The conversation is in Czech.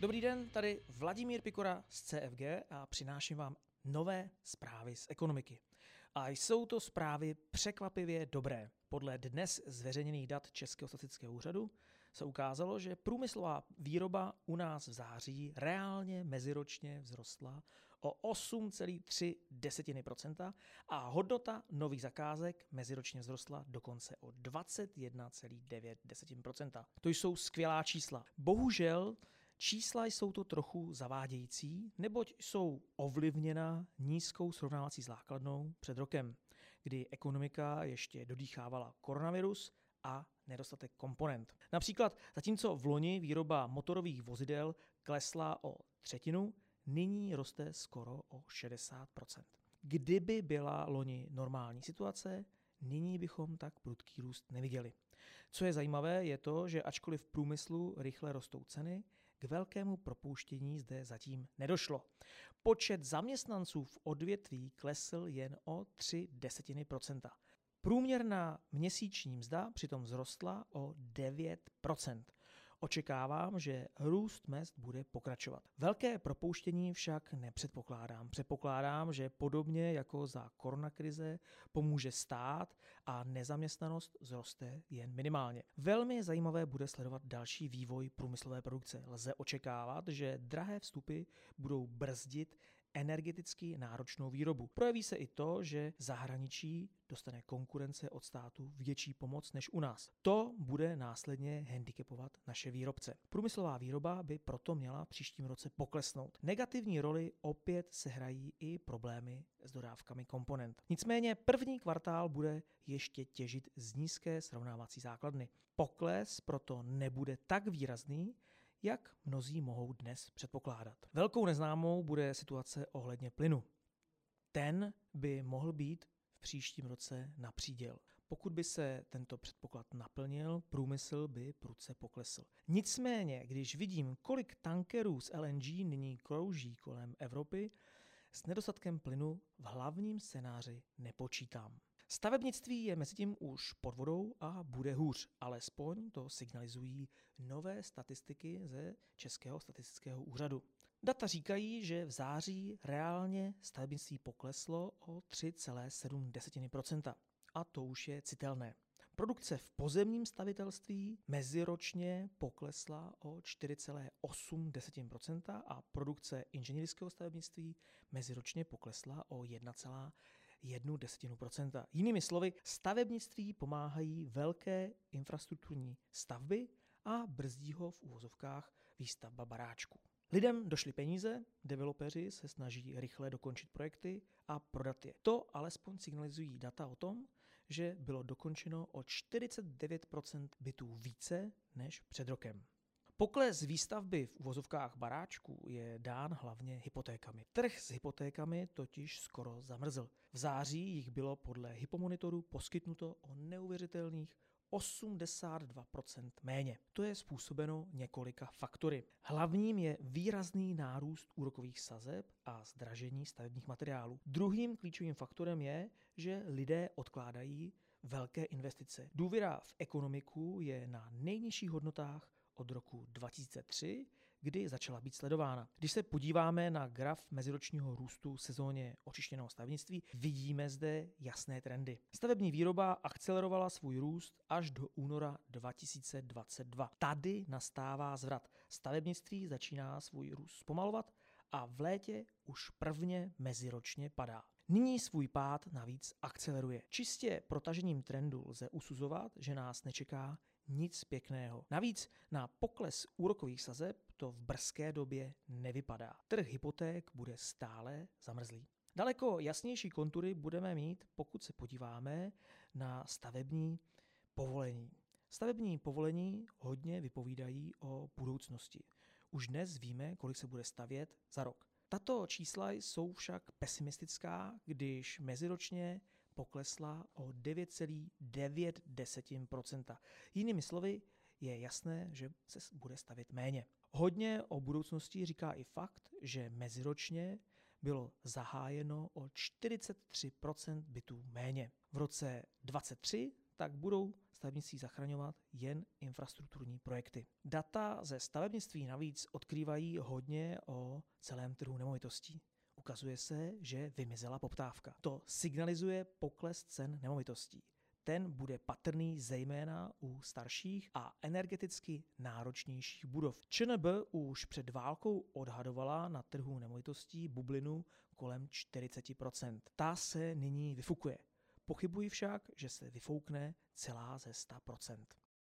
Dobrý den, tady Vladimír Pikora z CFG a přináším vám nové zprávy z ekonomiky. A jsou to zprávy překvapivě dobré. Podle dnes zveřejněných dat Českého statistického úřadu se ukázalo, že průmyslová výroba u nás v září reálně meziročně vzrostla o 8,3% a hodnota nových zakázek meziročně vzrostla dokonce o 21,9%. To jsou skvělá čísla. Bohužel čísla jsou to trochu zavádějící, neboť jsou ovlivněna nízkou srovnávací základnou před rokem, kdy ekonomika ještě dodýchávala koronavirus a nedostatek komponent. Například zatímco v loni výroba motorových vozidel klesla o třetinu, nyní roste skoro o 60%. Kdyby byla loni normální situace, nyní bychom tak prudký růst neviděli. Co je zajímavé, je to, že ačkoliv v průmyslu rychle rostou ceny, k velkému propouštění zde zatím nedošlo. Počet zaměstnanců v odvětví klesl jen o 0,3%. Průměrná měsíční mzda přitom vzrostla o 9%. Očekávám, že růst mezd bude pokračovat. Velké propouštění však nepředpokládám. Předpokládám, že podobně jako za koronakrize pomůže stát a nezaměstnanost vzroste jen minimálně. Velmi zajímavé bude sledovat další vývoj průmyslové produkce. Lze očekávat, že drahé vstupy budou brzdit energeticky náročnou výrobu. Projeví se i to, že zahraničí dostane konkurence od státu větší pomoc než u nás. To bude následně handicapovat naše výrobce. Průmyslová výroba by proto měla v příštím roce poklesnout. Negativní roli opět sehrají i problémy s dodávkami komponent. Nicméně první kvartál bude ještě těžit z nízké srovnávací základny. Pokles proto nebude tak výrazný, jak mnozí mohou dnes předpokládat. Velkou neznámou bude situace ohledně plynu. Ten by mohl být v příštím roce na příděl. Pokud by se tento předpoklad naplnil, průmysl by prudce poklesl. Nicméně, když vidím, kolik tankerů z LNG nyní krouží kolem Evropy, s nedostatkem plynu v hlavním scénáři nepočítám. Stavebnictví je mezitím už pod vodou a bude hůř, alespoň to signalizují nové statistiky ze Českého statistického úřadu. Data říkají, že v září reálně stavebnictví pokleslo o 3,7%. A to už je citelné. Produkce v pozemním stavitelství meziročně poklesla o 4,8% a produkce inženýrského stavebnictví meziročně poklesla o 1,1%. Jinými slovy, stavebnictví pomáhají velké infrastrukturní stavby a brzdí ho v uvozovkách výstavba baráčků. Lidem došly peníze, developeři se snaží rychle dokončit projekty a prodat je. To alespoň signalizují data o tom, že bylo dokončeno o 49% bytů více než před rokem. Pokles výstavby v uvozovkách baráčků je dán hlavně hypotékami. Trh s hypotékami totiž skoro zamrzl. V září jich bylo podle Hypomonitoru poskytnuto o neuvěřitelných 82% méně. To je způsobeno několika faktory. Hlavním je výrazný nárůst úrokových sazeb a zdražení stavebních materiálů. Druhým klíčovým faktorem je, že lidé odkládají velké investice. Důvěra v ekonomiku je na nejnižších hodnotách od roku 2003, kdy začala být sledována. Když se podíváme na graf meziročního růstu v sezóně očištěného stavebnictví, vidíme zde jasné trendy. Stavební výroba akcelerovala svůj růst až do února 2022. Tady nastává zvrat. Stavebnictví začíná svůj růst zpomalovat a v létě už prvně meziročně padá. Nyní svůj pád navíc akceleruje. Čistě protažením trendu lze usuzovat, že nás nečeká nic pěkného. Navíc na pokles úrokových sazeb to v brzké době nevypadá. Trh hypoték bude stále zamrzlý. Daleko jasnější kontury budeme mít, pokud se podíváme na stavební povolení. Stavební povolení hodně vypovídají o budoucnosti. Už dnes víme, kolik se bude stavět za rok. Tato čísla jsou však pesimistická, když meziročně poklesla o 9,9%. Jinými slovy, je jasné, že se bude stavět méně. Hodně o budoucnosti říká i fakt, že meziročně bylo zahájeno o 43% bytů méně. V roce 2023 tak budou stavebnictví zachraňovat jen infrastrukturní projekty. Data ze stavebnictví navíc odkrývají hodně o celém trhu nemovitostí. Ukazuje se, že vymizela poptávka. To signalizuje pokles cen nemovitostí. Ten bude patrný zejména u starších a energeticky náročnějších budov. ČNB už před válkou odhadovala na trhu nemovitostí bublinu kolem 40%. Ta se nyní vyfukuje. Pochybuji však, že se vyfoukne celá ze 100%.